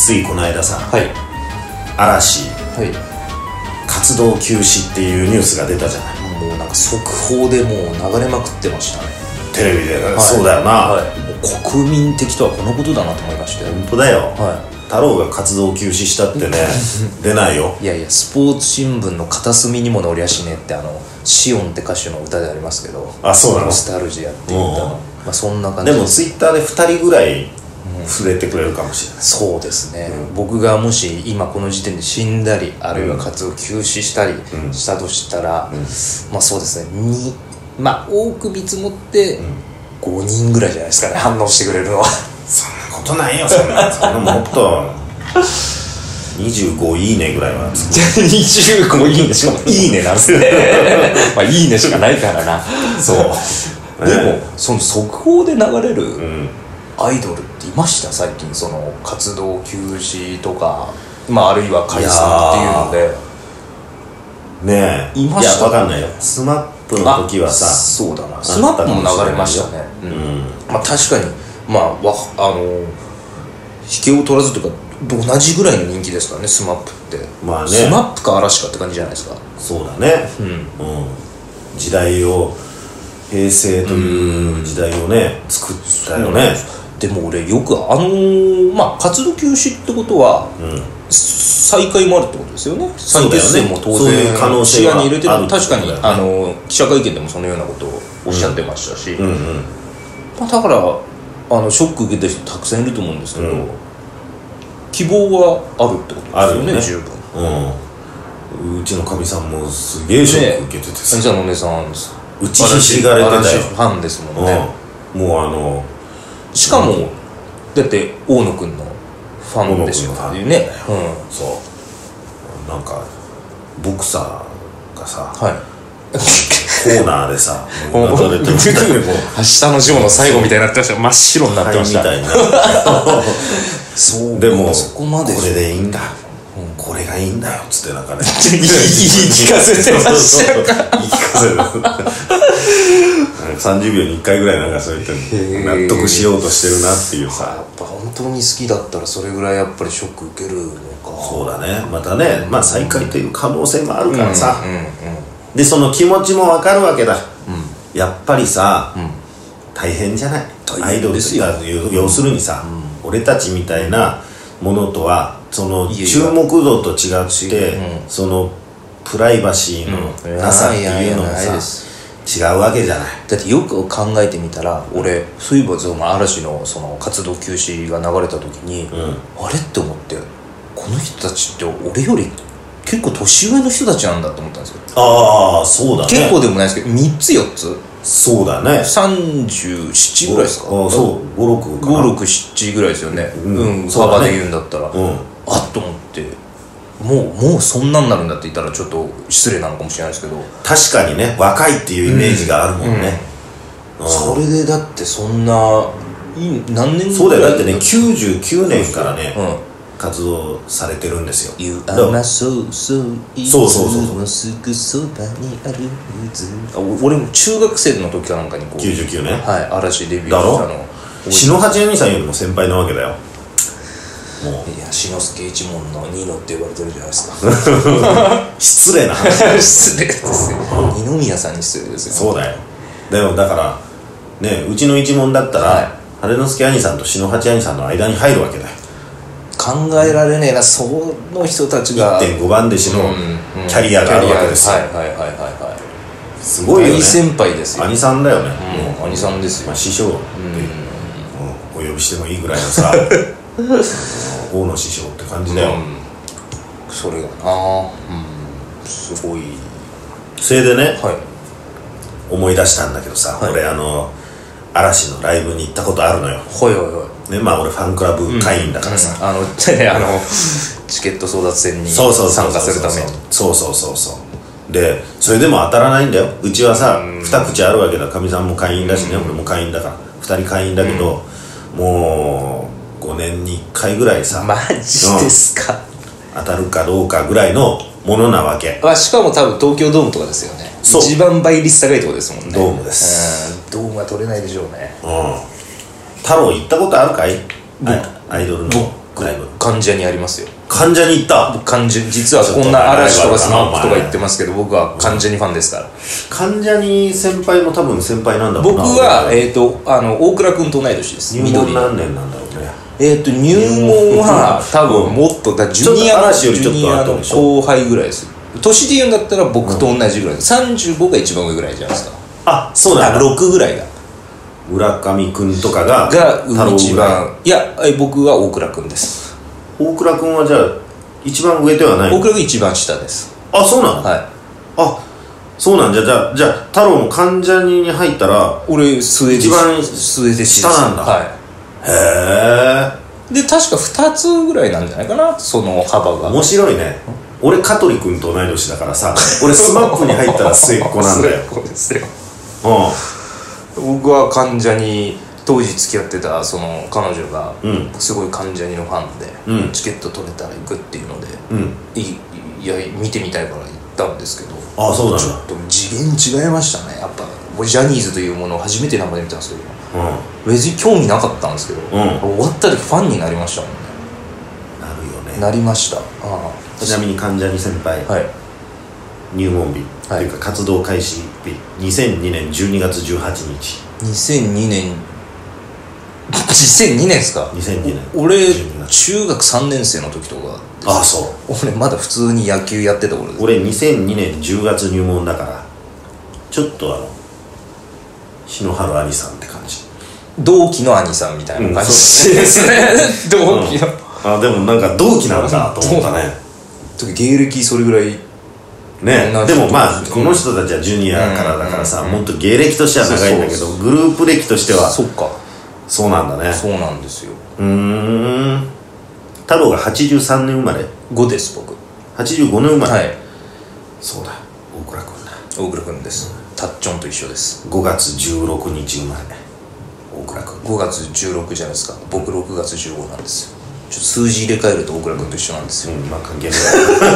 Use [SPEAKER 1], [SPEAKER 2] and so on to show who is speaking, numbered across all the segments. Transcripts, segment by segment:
[SPEAKER 1] ついこの間さ、
[SPEAKER 2] はい、
[SPEAKER 1] 嵐、
[SPEAKER 2] はい、
[SPEAKER 1] 活動休止っていうニュースが出たじゃない。
[SPEAKER 2] もうなんか速報でもう流れまくってましたね、
[SPEAKER 1] テレビで、
[SPEAKER 2] はい、
[SPEAKER 1] そうだよな、
[SPEAKER 2] はい、もう国民的とはこのことだなと思いまして。
[SPEAKER 1] 本当だよ、
[SPEAKER 2] はい、
[SPEAKER 1] 太郎が活動休止したってね出ないよ。
[SPEAKER 2] いやいや、スポーツ新聞の片隅にも乗りゃしねえってシオンって歌手の歌でありますけど、
[SPEAKER 1] あ、そうなの。
[SPEAKER 2] ノスタルジアっていう歌の、まあ、そんな感じ
[SPEAKER 1] でもツイッターで2人ぐらい触れてくれるかもしれない、
[SPEAKER 2] そうですね、僕がもし今この時点で死んだりあるいは活動休止したりしたとしたら、まあそうですね、まあ多く見積もって5人ぐらいじゃないですかね、反応してくれるのは。
[SPEAKER 1] そんなことないよ、そんなもっと25いいねぐらいは
[SPEAKER 2] 25いいね、しかもいいねなんですねまあいいねしかないからな。そうでもその速報で流れるアイドルっていました？最近その活動休止とか、まああるいは解散っていうので
[SPEAKER 1] ねえ、
[SPEAKER 2] いました？
[SPEAKER 1] いや、わかんないよ。スマップの時はさ、
[SPEAKER 2] そうだな、スマップも流れましたね。まあ確かに、まあ引けを取らずというか同じぐらいの人気ですからね、スマップって。まあね、スマップか嵐かって感じじゃないですか。
[SPEAKER 1] そうだね、時代を、平成という時代をね、作ったよね。
[SPEAKER 2] でも俺よくまあ活動休止ってことは、再開もあるってことですよね。再結成も当然視野に入れてる。確かに記者会見でもそのようなことをおっしゃってましたし、まあだからショック受けてる人たくさんいると思うんですけど、希望はあるってことですよね、十分。
[SPEAKER 1] うちのかみさんもすげえショック受けててさ、
[SPEAKER 2] じゃあの姉さん
[SPEAKER 1] 打ちひしがれてたよ。
[SPEAKER 2] ファンですもんね。
[SPEAKER 1] もう
[SPEAKER 2] しかもだって大野くんのファンですよっていうね。
[SPEAKER 1] そうなんかボクサーがさ、
[SPEAKER 2] はい、
[SPEAKER 1] コーナーでさ
[SPEAKER 2] 明日のジョーの最後みたいになってました。真っ白になってました、
[SPEAKER 1] そうでもそこまでこれでいいんだ、これがいいんだよっつってなんかね
[SPEAKER 2] 言い聞かせてましたか。
[SPEAKER 1] 言い聞かせて30秒に1回ぐらいなんかそう言って納得しようとしてるなっていうさ。
[SPEAKER 2] やっぱ本当に好きだったらそれぐらいやっぱりショック受けるのか。
[SPEAKER 1] そうだね、またね、まあ再開という可能性もあるからさ、でその気持ちも分かるわけだ、やっぱりさ、大変じゃない、アイドルって要するにさ、俺たちみたいなものとはその注目度と違って、そのプライバシーのなさっていうのもさ違うわけじゃない。
[SPEAKER 2] だってよく考えてみたら、俺そういえばその嵐のその活動休止が流れた時に、あれって思って、この人たちって俺より結構年上の人たちなんだと思ったんですよ。
[SPEAKER 1] ああ、そうだね。
[SPEAKER 2] 結構でもないですけど3つ4つ、
[SPEAKER 1] そうだね、
[SPEAKER 2] 37ぐらいですか。
[SPEAKER 1] そう56かな、
[SPEAKER 2] 567ぐらいですよね。幅で言うんだったら、あっと思って、もうそんなになるんだって言ったらちょっと失礼なのかもしれないですけど、
[SPEAKER 1] 確かにね、若いっていうイメージがあるもんね。
[SPEAKER 2] それでだってそんな何年
[SPEAKER 1] そうだよ。だってね、99年からね活動されてるんですよ。
[SPEAKER 2] You are my soul, so もうすぐそばにある俺も中学生の時かなんかにこう
[SPEAKER 1] 99年、
[SPEAKER 2] はい、嵐デビューしたの。
[SPEAKER 1] 篠八兄さんよりも先輩なわけだよ。もう
[SPEAKER 2] いや、志の輔一門のニノって呼ばれてるじゃないですか
[SPEAKER 1] 失礼な話
[SPEAKER 2] 失礼ですよ、二宮さんに失礼ですよ。
[SPEAKER 1] そうだよ。でもだからね、うちの一門だったら晴之助兄さんと篠八兄さんの間に入るわけだよ。
[SPEAKER 2] 考えられねえな、その人たちが
[SPEAKER 1] 1.5 番弟子のキャリアがあるわけですよ。すごいよね。
[SPEAKER 2] 大先輩ですよ。
[SPEAKER 1] 兄さんだよね。
[SPEAKER 2] 兄さんですよ。
[SPEAKER 1] 師匠ってお呼びしてもいいぐらいのさ大野師匠って感じだよ。
[SPEAKER 2] それがな、すごい。
[SPEAKER 1] それでね、思い出したんだけどさ、俺嵐のライブに行ったことあるのよ。ね、まあ俺ファンクラブ会員だからさ、
[SPEAKER 2] チケット争奪戦に
[SPEAKER 1] 参
[SPEAKER 2] 加するために。
[SPEAKER 1] そうで、それでも当たらないんだよ。うちはさ、2口あるわけだ。かみさんも会員だしね、俺も会員だから2人会員だけど、もう5年に1回ぐらいさ、
[SPEAKER 2] マジですか、
[SPEAKER 1] 当たるかどうかぐらいのものなわけ。
[SPEAKER 2] しかも多分東京ドームとかですよね。一番倍率高いところですもんね。
[SPEAKER 1] ドームです。
[SPEAKER 2] ドームは取れないでしょうね。
[SPEAKER 1] 太郎行ったことあるかい？アイドルのライブ。
[SPEAKER 2] 関ジャニありますよ。
[SPEAKER 1] 関ジャニ行った。
[SPEAKER 2] 実はこんな嵐とかスマップとか言ってますけど、僕は関ジャニファンですから。
[SPEAKER 1] 関ジャニ先輩も多分先輩なんだろうな。
[SPEAKER 2] 僕は大倉君と同い年です。
[SPEAKER 1] 入門何年なんだろうね。
[SPEAKER 2] 入門は多分もっとジュニアの後輩ぐらいです。年で言うんだったら僕と同じぐらいです。35が一番上ぐらいじゃないですか。
[SPEAKER 1] あ、そうなんだ。
[SPEAKER 2] 6ぐらいが
[SPEAKER 1] 村上君とかが
[SPEAKER 2] 一番。いや、僕は大倉君です。
[SPEAKER 1] 大倉君はじゃあ一番上ではない。
[SPEAKER 2] 大倉君一番下です。
[SPEAKER 1] あ、そうなの。
[SPEAKER 2] はい。
[SPEAKER 1] あ、そうなんじゃ。じゃあ太郎の関ジャニに入ったら
[SPEAKER 2] 俺末弟子、
[SPEAKER 1] 一番
[SPEAKER 2] 末弟子です。
[SPEAKER 1] 下なんだ。
[SPEAKER 2] はい。
[SPEAKER 1] へえ。
[SPEAKER 2] で確か2つぐらいなんじゃないかな、その幅が。
[SPEAKER 1] 面白いね。俺香取君と同い年だからさ、俺スマップに入ったら末っ子なんだよ。
[SPEAKER 2] 末っ子ですよ。
[SPEAKER 1] うん。
[SPEAKER 2] 僕は関ジャニ当時付き合ってたその彼女がすごい関ジャニのファンで、チケット取れたら行くっていうので、いや見てみたいから行ったんですけど、
[SPEAKER 1] あ、そうだね。
[SPEAKER 2] ちょっと次元違いましたね。やっぱジャニーズというものを初めて生で見たんですけど、別に興味なかったんですけど、終わった時ファンになりましたもんね。
[SPEAKER 1] なるよね。
[SPEAKER 2] なりました。
[SPEAKER 1] ちなみに関ジャニ先輩、入門日というか活動開始日、2002年12月18日。
[SPEAKER 2] 2002年ですか。
[SPEAKER 1] 2002年。
[SPEAKER 2] 俺中学3年生の時とか。
[SPEAKER 1] あ、そう。
[SPEAKER 2] 俺まだ普通に野球やってた頃です。
[SPEAKER 1] 俺2002年10月入門だから、ちょっと篠原兄さんって感じ。
[SPEAKER 2] 同期の兄さんみたいな感じですね。同期の、
[SPEAKER 1] でもなんか同期なのかなと思ったね。
[SPEAKER 2] 芸歴それぐらい
[SPEAKER 1] ね。でもまあこの人たちはジュニアからだからさ、もっと芸歴としては長いんだけど、グループ歴としては
[SPEAKER 2] そっか、
[SPEAKER 1] そうなんだね。
[SPEAKER 2] そうなんですよ。
[SPEAKER 1] 太郎が83年生まれ。
[SPEAKER 2] 5です。僕
[SPEAKER 1] 85年生まれ。
[SPEAKER 2] はい。
[SPEAKER 1] そうだ、大倉君だ。
[SPEAKER 2] 大倉君です。タッチョンと一緒です。
[SPEAKER 1] 5月16日生まれ。大倉君
[SPEAKER 2] 5月16じゃないですか。僕6月15なんですよ。ちょっと数字入れ替えると大倉君と一緒なんですよ。
[SPEAKER 1] まあ関係ない。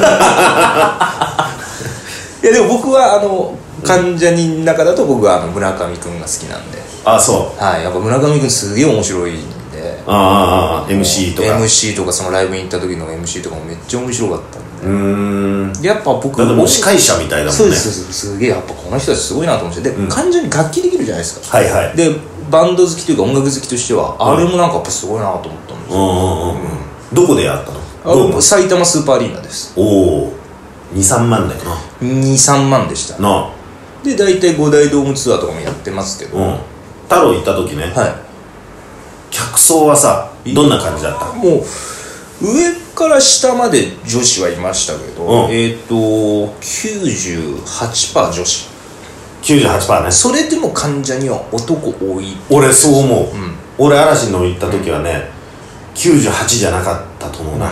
[SPEAKER 2] いやでも僕は関ジャニの中だと僕は村上君が好きなんで。
[SPEAKER 1] あ、そう。
[SPEAKER 2] はい、やっぱ村上君すげえ面白いんで。
[SPEAKER 1] MC とか
[SPEAKER 2] MC とかそのライブに行った時の MC とかもめっちゃ面白かったんで。やっぱ僕
[SPEAKER 1] だってもう司会者みたいだもんね。
[SPEAKER 2] そうです。すげえやっぱこの人たちすごいなと思って。で、関ジャニ楽器できるじゃないですか。
[SPEAKER 1] はいはい。
[SPEAKER 2] でバンド好きというか音楽好きとしては、あれもなんかやっぱすごいなと思ったんですよ。
[SPEAKER 1] どこでやったの？
[SPEAKER 2] 埼玉スーパーアリーナです。
[SPEAKER 1] おお、2,3 万だよな。
[SPEAKER 2] 2,3 万でした
[SPEAKER 1] な。
[SPEAKER 2] で大体5大ドームツアーとかもやってますけど、
[SPEAKER 1] 太郎行った時ね、客層はさどんな感じだった？
[SPEAKER 2] もう上から下まで女子はいましたけど、98% 女子。
[SPEAKER 1] 98%ね。
[SPEAKER 2] それでも関ジャニは男多い。
[SPEAKER 1] 俺そう思う。俺嵐の行った時はね、98じゃなかったと思うな。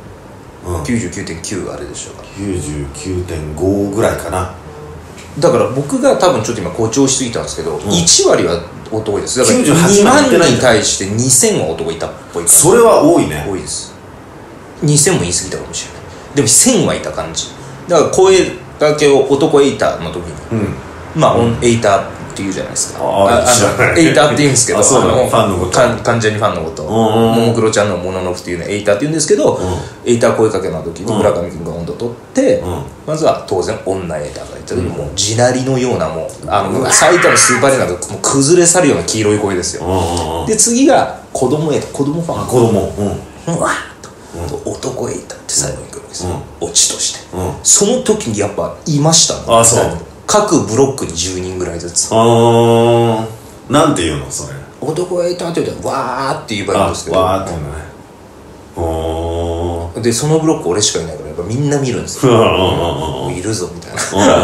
[SPEAKER 2] 99.9 あれでしょうか。
[SPEAKER 1] 99.5 ぐらいかな。
[SPEAKER 2] だから僕が多分ちょっと今誇張しすぎたんですけど、1割は男です。だから
[SPEAKER 1] 2
[SPEAKER 2] 万に対して2000は男いたっぽい感じ。
[SPEAKER 1] それは多いね。
[SPEAKER 2] 多いです。2000も言い過ぎたかもしれない。でも1000はいた感じ。だから声だけを男エイターの時に、エイターって言うじゃないですか。エイターって言うんですけど、
[SPEAKER 1] ファンのこと、
[SPEAKER 2] 関ジャニファンのこと、ももクロちゃんのモノノフっていうのエイターって言うんですけど、エイター声かけの時に村上君が温度取って、まずは当然女エイターがいた時に、もう地鳴りのような、もう埼玉スーパーアリーナがもう崩れ去るような黄色い声ですよ。で次が子供エイター、子供ファン、
[SPEAKER 1] 子供、
[SPEAKER 2] わーっと男エイターって最後に来るわけですよ、オチとして。その時にやっぱいましたね。
[SPEAKER 1] あ、そう。
[SPEAKER 2] 各ブロックに10人ぐらいずつ。
[SPEAKER 1] なんて言うのそれ？
[SPEAKER 2] 男エイターって言うとわーって言えばいいんですけど、
[SPEAKER 1] わーって言うのね。
[SPEAKER 2] でそのブロック俺しかいないからやっぱみんな見るんですよ。いるぞみたいな。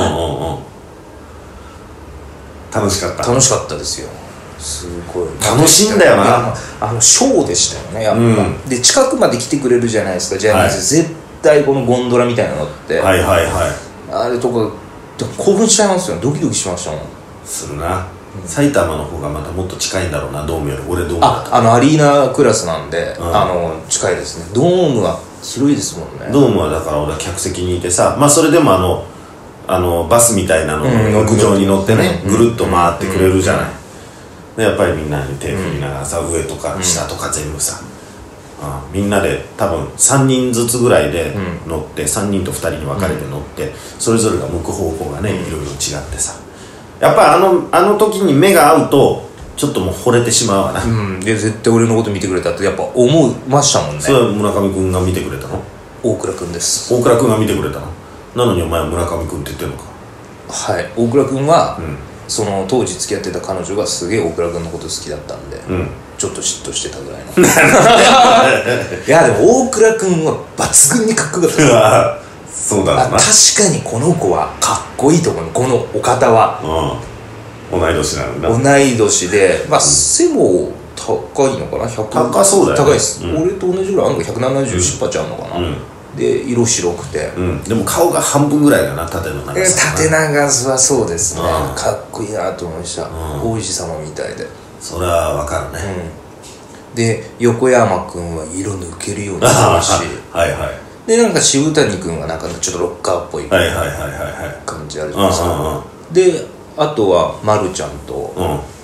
[SPEAKER 1] 楽しかった。
[SPEAKER 2] 楽しかったですよ。すごい
[SPEAKER 1] 楽しいんだよな。
[SPEAKER 2] ショーでしたよねやっぱ。で近くまで来てくれるじゃないですかジャニーズ。絶対このゴンドラみたいなのってあれとか興奮しちゃいますよ。ドキドキしましたもん。
[SPEAKER 1] するな。埼玉の方がまたもっと近いんだろうな、ドームより。俺ドームだった。
[SPEAKER 2] アリーナクラスなんで、近いですね。ドームは広いですもんね。
[SPEAKER 1] ドームはだから俺は客席にいてさ、まあそれでもバスみたいなの屋上に乗ってね、ぐるっと回ってくれるじゃない。でやっぱりみんなに手振りながらさ、上とか下とか全部さ、 みんなで多分3人ずつぐらいで乗って、3人と2人に分かれて乗って、それぞれが向く方向がね、いろいろ違ってさ、やっぱあの時に目が合うとちょっともう惚れてしまうわな。
[SPEAKER 2] で絶対俺のこと見てくれたってやっぱ思いましたもんね。
[SPEAKER 1] それは村上君が見てくれたの？
[SPEAKER 2] 大倉君です。
[SPEAKER 1] 大倉君が見てくれたの？なのにお前は村上君って言ってるのか？はい。
[SPEAKER 2] 大倉君は、その当時付き合ってた彼女がすげえ大倉君のこと好きだったんで、ちょっと嫉妬してたぐらいのいやでも大倉君は抜群にかっこよかった
[SPEAKER 1] そうだろうな。
[SPEAKER 2] 確かにこの子はかっこいいと思う。このお方は、
[SPEAKER 1] 同い年なんだ。
[SPEAKER 2] 同い年で、背も高いのかな。
[SPEAKER 1] 高そうだよね。
[SPEAKER 2] 高いです、俺と同じぐらいあるのか。170パチあるのかな、で色白くて、
[SPEAKER 1] でも顔が半分ぐらいだな、縦の長さ。
[SPEAKER 2] 縦長さはそうですね、かっこいいなと思いました。王子様みたいで。
[SPEAKER 1] それはわかるね。
[SPEAKER 2] で横山君は色抜けるようにするし
[SPEAKER 1] はいはい。
[SPEAKER 2] でなんか渋谷君はなんかちょっとロッカーっぽい感じあるじゃないですか。であとは丸ちゃんと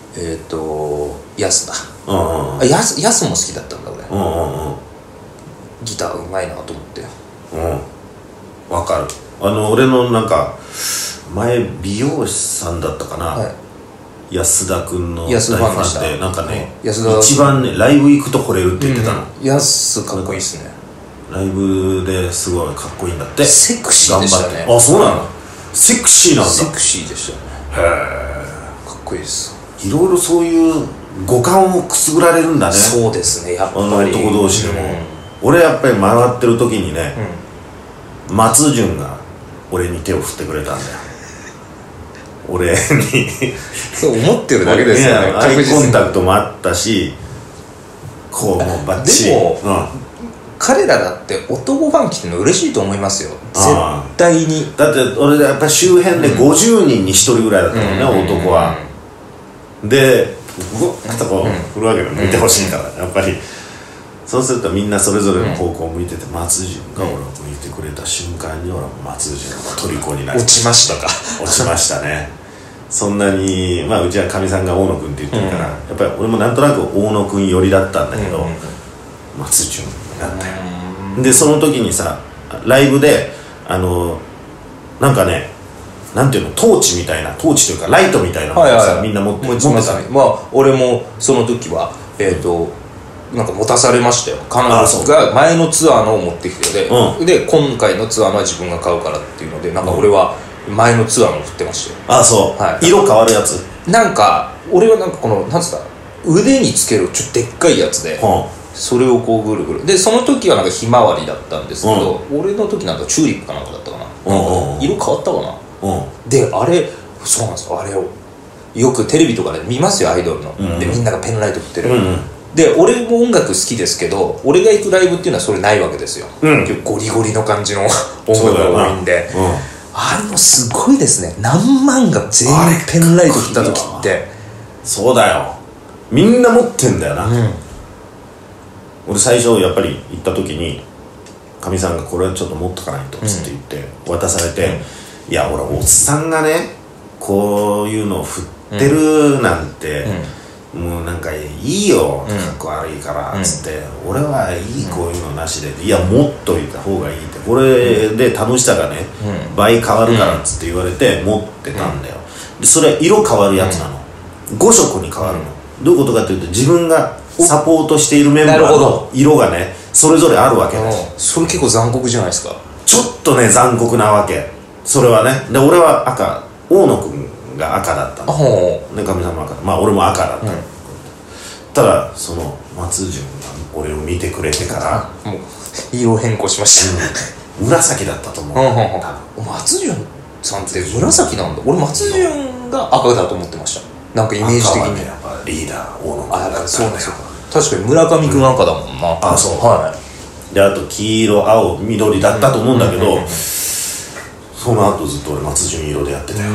[SPEAKER 2] 安田。安も好きだったんだ俺。ギターうまいなと思って。
[SPEAKER 1] わかる。俺のなんか前美容師さんだったかな、安田君の大ファンで、なんかね、一番ねライブ行くと惚れるって言ってたの。
[SPEAKER 2] 安かっこいいっすね。
[SPEAKER 1] ライブですごいかっこいいんだって。
[SPEAKER 2] セクシーでしたね。
[SPEAKER 1] あ、そうなの？セクシーなんだ。
[SPEAKER 2] セクシーでしたね。
[SPEAKER 1] へえ、
[SPEAKER 2] かっこいいです。
[SPEAKER 1] いろいろそういう五感をくすぐられるんだね。
[SPEAKER 2] そうですね、やっぱり
[SPEAKER 1] 男同士でも。俺やっぱり回ってる時にね、松潤が俺に手を振ってくれたんだよ。俺に
[SPEAKER 2] そう思ってるだけですよね。
[SPEAKER 1] アイコンタクトもあったし、こうもうバッチリ。でも、
[SPEAKER 2] 彼らだって男ファン来てるの嬉しいと思いますよ、絶対に。
[SPEAKER 1] だって俺やっぱり周辺で50人に1人ぐらいだったもんね、男は。でうわっとこう振るわけで見てほしいから、やっぱりそうするとみんなそれぞれの方向を向いてて、松潤が俺を向いてくれた瞬間に俺は松潤の虜になりました。
[SPEAKER 2] 落ちましたか？
[SPEAKER 1] 落ちましたね。そんなにうちはかみさんが大野君って言ってるから、やっぱり俺もなんとなく大野君寄りだったんだけど、松潤だったよ。でその時にさライブでなんかね、なんていうの、トーチみたいな、トーチというかライトみたいなのをさ、みんな持ってたね。
[SPEAKER 2] 俺もその時はなんか持たされましたよ。彼女が前のツアーのを持ってきてで今回のツアーのは自分が買うからっていうので、なんか俺は前のツアーのを振ってましたよ。
[SPEAKER 1] そう、色変わるやつ。
[SPEAKER 2] なんか俺はなんかこのなんつった腕につけるちょっとでっかいやつで、それをこうぐるぐるで、その時はなんかひまわりだったんですけど、俺の時なんかチューリップかなんかだったかな。色変わったかな。であれそうなんですよ。あれをよくテレビとかで見ますよ、アイドルの。でみんながペンライト振ってる。で俺も音楽好きですけど、俺が行くライブっていうのはそれないわけですよ。ゴリゴリの感じの音楽が多いんで、あれもすごいですね。何万が全員ペンライト振った時って。
[SPEAKER 1] そうだよ、みんな持ってんだよな。俺最初やっぱり行った時にかみさんがこれちょっと持っとかないとつって言って渡されて、いや俺おっさんがねこういうのを振ってるなんて、もうなんかいいよ、かっこ悪いからつって、俺はいいこういうのなしで、いや持っといた方がいいって、これで楽しさがね倍変わるからっつって言われて持ってたんだよ。でそれは色変わるやつなの。5色に変わるの。どういうことかというと、自分がサポートしているメンバーの色がねそれぞれあるわけです。
[SPEAKER 2] それ結構残酷じゃないですか。
[SPEAKER 1] ちょっとね残酷なわけ、それはね。で俺は赤、大野君が赤だったので、かみさんも赤、俺も赤だったの。ただその松潤が俺を見てくれてから
[SPEAKER 2] もう色変更しました。
[SPEAKER 1] 紫だったと思う。
[SPEAKER 2] 松潤さんって紫なんだ。俺松潤が赤だと思ってました。なんかイメージ的に
[SPEAKER 1] やっぱリーダー大野君
[SPEAKER 2] だった。そうなんですよ。確かに村上君赤だもんな。
[SPEAKER 1] そう。であと黄色、青、緑だったと思うんだけど、その後ずっと俺松潤色でやってたよ。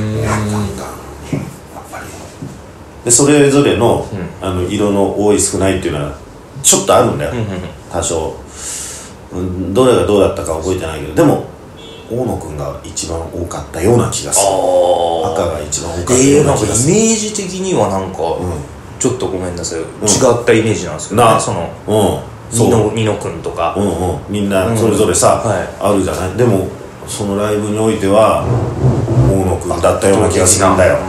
[SPEAKER 1] でそれぞれの、色の多い少ないっていうのはちょっとあるんだよ、多少。どれがどうだったか覚えてないけど、でも大野君が一番多かったような気がする。赤が一番多かったような気がする。
[SPEAKER 2] イメージ的にはなんか、ちょっとごめんなさい、違ったイメージなんですけどね。 ニノ君とか、
[SPEAKER 1] みんなそれぞれさ、あるじゃない。でもそのライブにおいては大野君だったような気がするんだよ。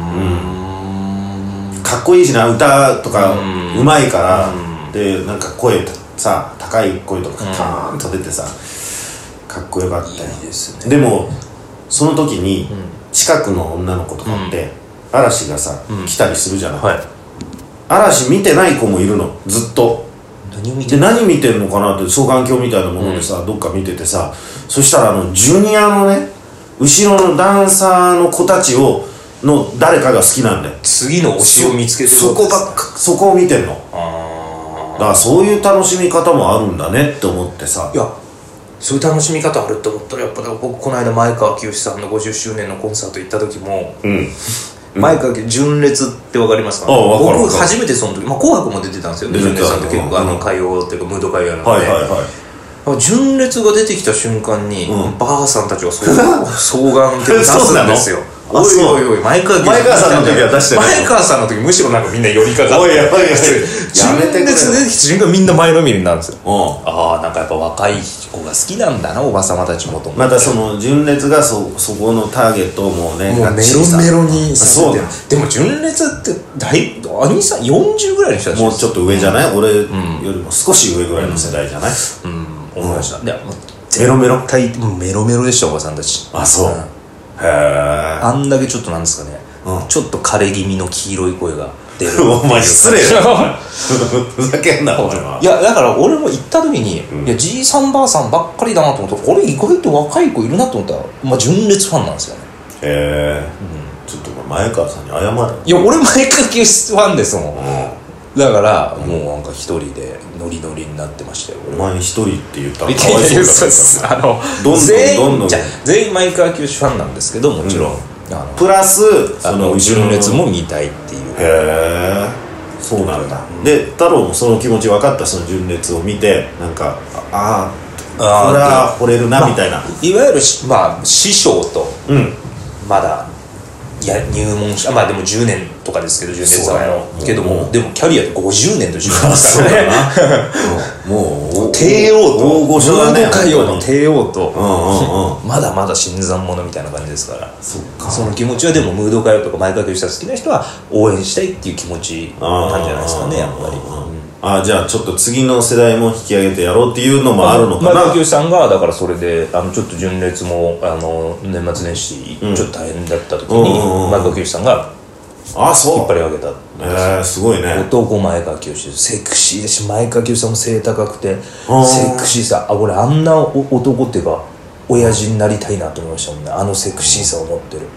[SPEAKER 1] かっこいいしな、歌とかうまいから、でなんか声さ、高い声とかカーンと出てさ、かっこよかったよ。
[SPEAKER 2] いいですね。
[SPEAKER 1] でもその時に近くの女の子とかって、嵐がさ、来たりするじゃない、嵐見てない子もいるの、ずっと。何見てんのかなって双眼鏡みたいなものでさ、どっか見ててさ、そしたらジュニアのね、後ろのダンサーの子たちの誰かが好きなんだよ。
[SPEAKER 2] 次の推しを見つけてる。
[SPEAKER 1] そこを見てんの。だからそういう楽しみ方もあるんだねって思ってさ。
[SPEAKER 2] いや、そういう楽しみ方あるって思ったら、やっぱ僕この間前川清さんの50周年のコンサート行った時も、前川清純烈って分かりますか？僕初めてその時、紅白も出てたんですよ。純烈さんって結構歌謡っていうかムード歌謡なので、純烈が出てきた瞬間にばあさんたちが双眼鏡出すんですよ。おいおいおい、前川
[SPEAKER 1] さんの時は出してない。
[SPEAKER 2] 前川さんの時むしろなんかみんな寄りかかって、
[SPEAKER 1] おいやばいや
[SPEAKER 2] 純烈出てきた瞬間みんな前のめりになるんですよ。なんかやっぱ若い子が好きなんだな、おばさまたちもと。
[SPEAKER 1] またその純烈がそこのターゲットをもうね、
[SPEAKER 2] もうメロメロにさせて。でも純烈って兄さん40ぐらいの人たち、
[SPEAKER 1] もうちょっと上じゃない？俺よりも少し上ぐらいの世代じゃない？
[SPEAKER 2] 思いました。
[SPEAKER 1] メロメロ
[SPEAKER 2] メロメロでした、おばさんたち。
[SPEAKER 1] あ、そう。へえ。
[SPEAKER 2] あんだけちょっとなんですかね、ちょっと枯れ気味の黄色い声が出る。
[SPEAKER 1] お前失礼だよ。ふざけんな、お前は。
[SPEAKER 2] いや、だから俺も行った時に、いや、じいさんばあさんばっかりだなと思ったら、これ意外と若い子いるなと思ったら、純烈ファンなんですよね。
[SPEAKER 1] へえ。ちょっと前川さんに謝れ。
[SPEAKER 2] いや、俺前川清ファンですもん。だからもうなんか一人でノリノリになってましたよ。
[SPEAKER 1] お前一人って言ったらかわいそうだった。
[SPEAKER 2] どんどん全員前川清ファンなんですけど、もちろん
[SPEAKER 1] プラス
[SPEAKER 2] 純烈も見たいっていう。
[SPEAKER 1] へえ、そうなんだ。で太郎もその気持ち分かった。その純烈を見てなんかこれは惚れるなみたいな。
[SPEAKER 2] いわゆる師匠とまだ入門した、でも10年とかですけど、純烈さんのけども、でもキャリアで50年と10年ですからね。もう帝王と
[SPEAKER 1] 大御所だね、
[SPEAKER 2] 歌謡の帝王とまだまだ新参者みたいな感じですから、その気持ちはでもムード歌謡とか前川清さん好きな人は応援したいっていう気持ちなんじゃないですかね、やっぱり。
[SPEAKER 1] じゃあちょっと次の世代も引き上げてやろうっていうのもあるのかな。
[SPEAKER 2] 前川清さんがだからそれでちょっと純烈も年末年始ちょっと大変だった時に前川清さんが引っ張り上げた。
[SPEAKER 1] すごいね。
[SPEAKER 2] 男前川清です。セクシーだし、前川清さんも背高くてセクシーさ、俺あんな男っていうか親父になりたいなと思いましたもんね、あのセクシーさを持ってる。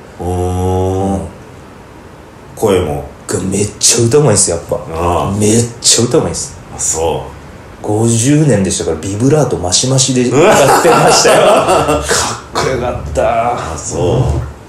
[SPEAKER 1] 声も
[SPEAKER 2] めっちゃ歌うまいっす、やっぱ。めっちゃ歌うまいっす。
[SPEAKER 1] そう。
[SPEAKER 2] 50年でしたからビブラートマシマシで歌ってましたよ。かっこよかった。
[SPEAKER 1] そう。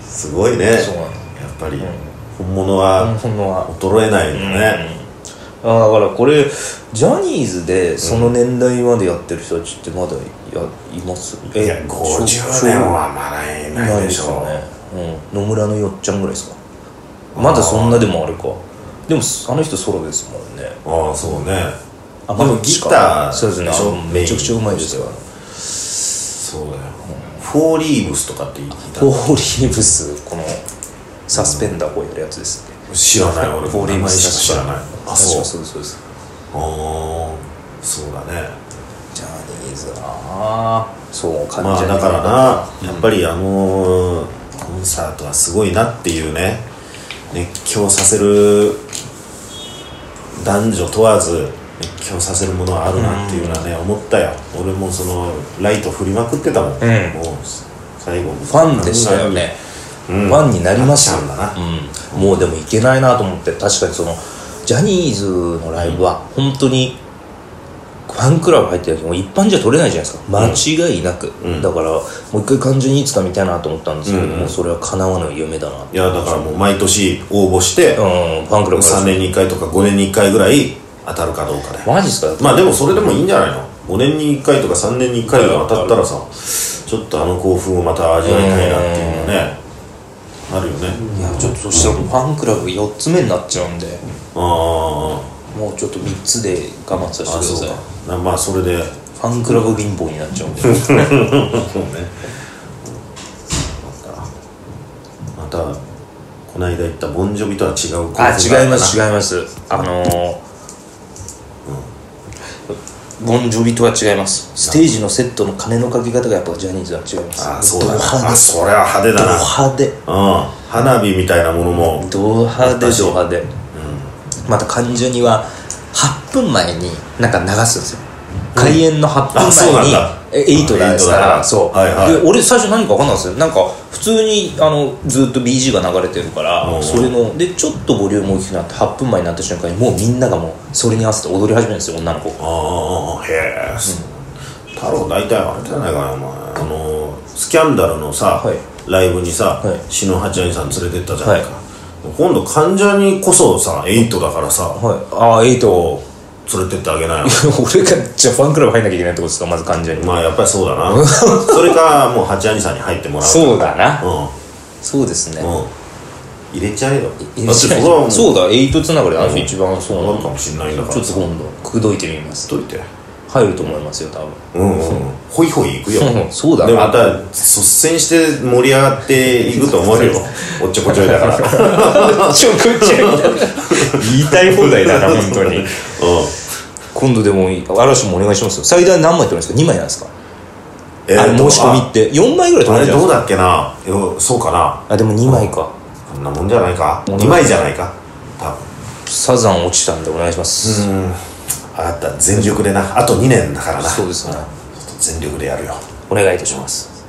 [SPEAKER 1] すごいね。やっぱり本物は衰えないよね。
[SPEAKER 2] だからこれジャニーズでその年代までやってる人たちってまだいます？
[SPEAKER 1] いや、50年はまだいないでしょ
[SPEAKER 2] うね。野村のよっちゃんぐらいですか。まだそんなでもあるか。でもあの人ソロですもんね。
[SPEAKER 1] そうね。
[SPEAKER 2] でもギター、そうですね、めちゃくちゃうまいですよ。
[SPEAKER 1] そうだよ。フォーリーブスとかって言った。
[SPEAKER 2] フォーリーブス、このサスペンダーこうやるやつですね。
[SPEAKER 1] 知らない、俺。
[SPEAKER 2] フォーリーブスしか知らない。
[SPEAKER 1] そう
[SPEAKER 2] です。
[SPEAKER 1] そうだね。
[SPEAKER 2] ジャニーズな、そう感じ。
[SPEAKER 1] だからな、やっぱりコンサートはすごいなっていうね、熱狂させる、男女問わず熱狂させるものはあるなっていうのはね、思ったよ。俺もそのライト振りまくってたもん。もう最後
[SPEAKER 2] ファンでしたよね。ファンになりましたんだな。もうでもいけないなと思って。確かにそのジャニーズのライブは本当にファンクラブ入ってる時も一般じゃ取れないじゃないですか、間違いなく。だからもう一回関ジャニいつか見たいなと思ったんですけど、もうそれは叶わない夢だな。
[SPEAKER 1] いや、だからもう毎年応募して、
[SPEAKER 2] ファンクラブ
[SPEAKER 1] 3年に1回とか5年に1回ぐらい当たるかどうかで。
[SPEAKER 2] マジっすか。
[SPEAKER 1] でもそれでもいいんじゃないの。5年に1回とか3年に1回が当たったらさ、ちょっと興奮をまた味わいたいなっていうのはね、あるよね。
[SPEAKER 2] いや、ちょっとそしたらファンクラブ4つ目になっちゃうんで。 もうちょっと3つで我慢させてください。
[SPEAKER 1] まあそれで
[SPEAKER 2] ファンクラブ貧乏になっちゃうんでそうね
[SPEAKER 1] またこの間言ったボンジョビとは違う。
[SPEAKER 2] 違いますボンジョビとは違います。ステージのセットの金のかけ方がやっぱジャニーズは違います。
[SPEAKER 1] そうだな。それは派手だな。
[SPEAKER 2] ド派手。
[SPEAKER 1] 花火みたいなものも
[SPEAKER 2] ド派手、また関ジャニは8分前になんか流すんですよ。開演の8分前に8ですから。そう、で俺最初何か分かんないんですよ。なんか普通にずっと BG が流れてるから、それのでちょっとボリューム大きくなって8分前になった瞬間にもうみんながもうそれに合わせて踊り始めるんですよ、女の子。
[SPEAKER 1] へえ、太郎大体あれじゃないかな、お前スキャンダルのさ、ライブにさ、篠八兄さん連れてったじゃないか。今度関ジャニこそさ8だからさ、
[SPEAKER 2] 8を
[SPEAKER 1] 連れてってあげないよ
[SPEAKER 2] 俺がじゃあファンクラブ入んなきゃいけないってことですか、まず関ジャニ。
[SPEAKER 1] まあやっぱりそうだなそれかもう八兄さんに入ってもらう。
[SPEAKER 2] そうだな、そうですね、
[SPEAKER 1] 入れちゃえよ。
[SPEAKER 2] だってそうだ、8つながりある一番そうなのかもしれないんだから、ちょっと今度口説いてみます。
[SPEAKER 1] どいて
[SPEAKER 2] 入ると思いますよ多分。
[SPEAKER 1] ホイホイ行くよ
[SPEAKER 2] そうだ。
[SPEAKER 1] でまた率先して盛り上がっていくと思うよおっちょこちょいだから
[SPEAKER 2] おっちょこちょい言いたい放題だな本当に今度でも嵐もお願いしますよ。最大何枚取るんですか？2枚なんですか？申し込みって4枚ぐらい取るんじゃないですか？
[SPEAKER 1] どうだっけな。そうかな。
[SPEAKER 2] でも2枚か。
[SPEAKER 1] そんなもんじゃないか。2枚じゃないか多分。
[SPEAKER 2] サザン落ちたんでお願いします。
[SPEAKER 1] あった全力でな。あと2年だからな。
[SPEAKER 2] そうですね。
[SPEAKER 1] 全力でやるよ。
[SPEAKER 2] お願いいたします。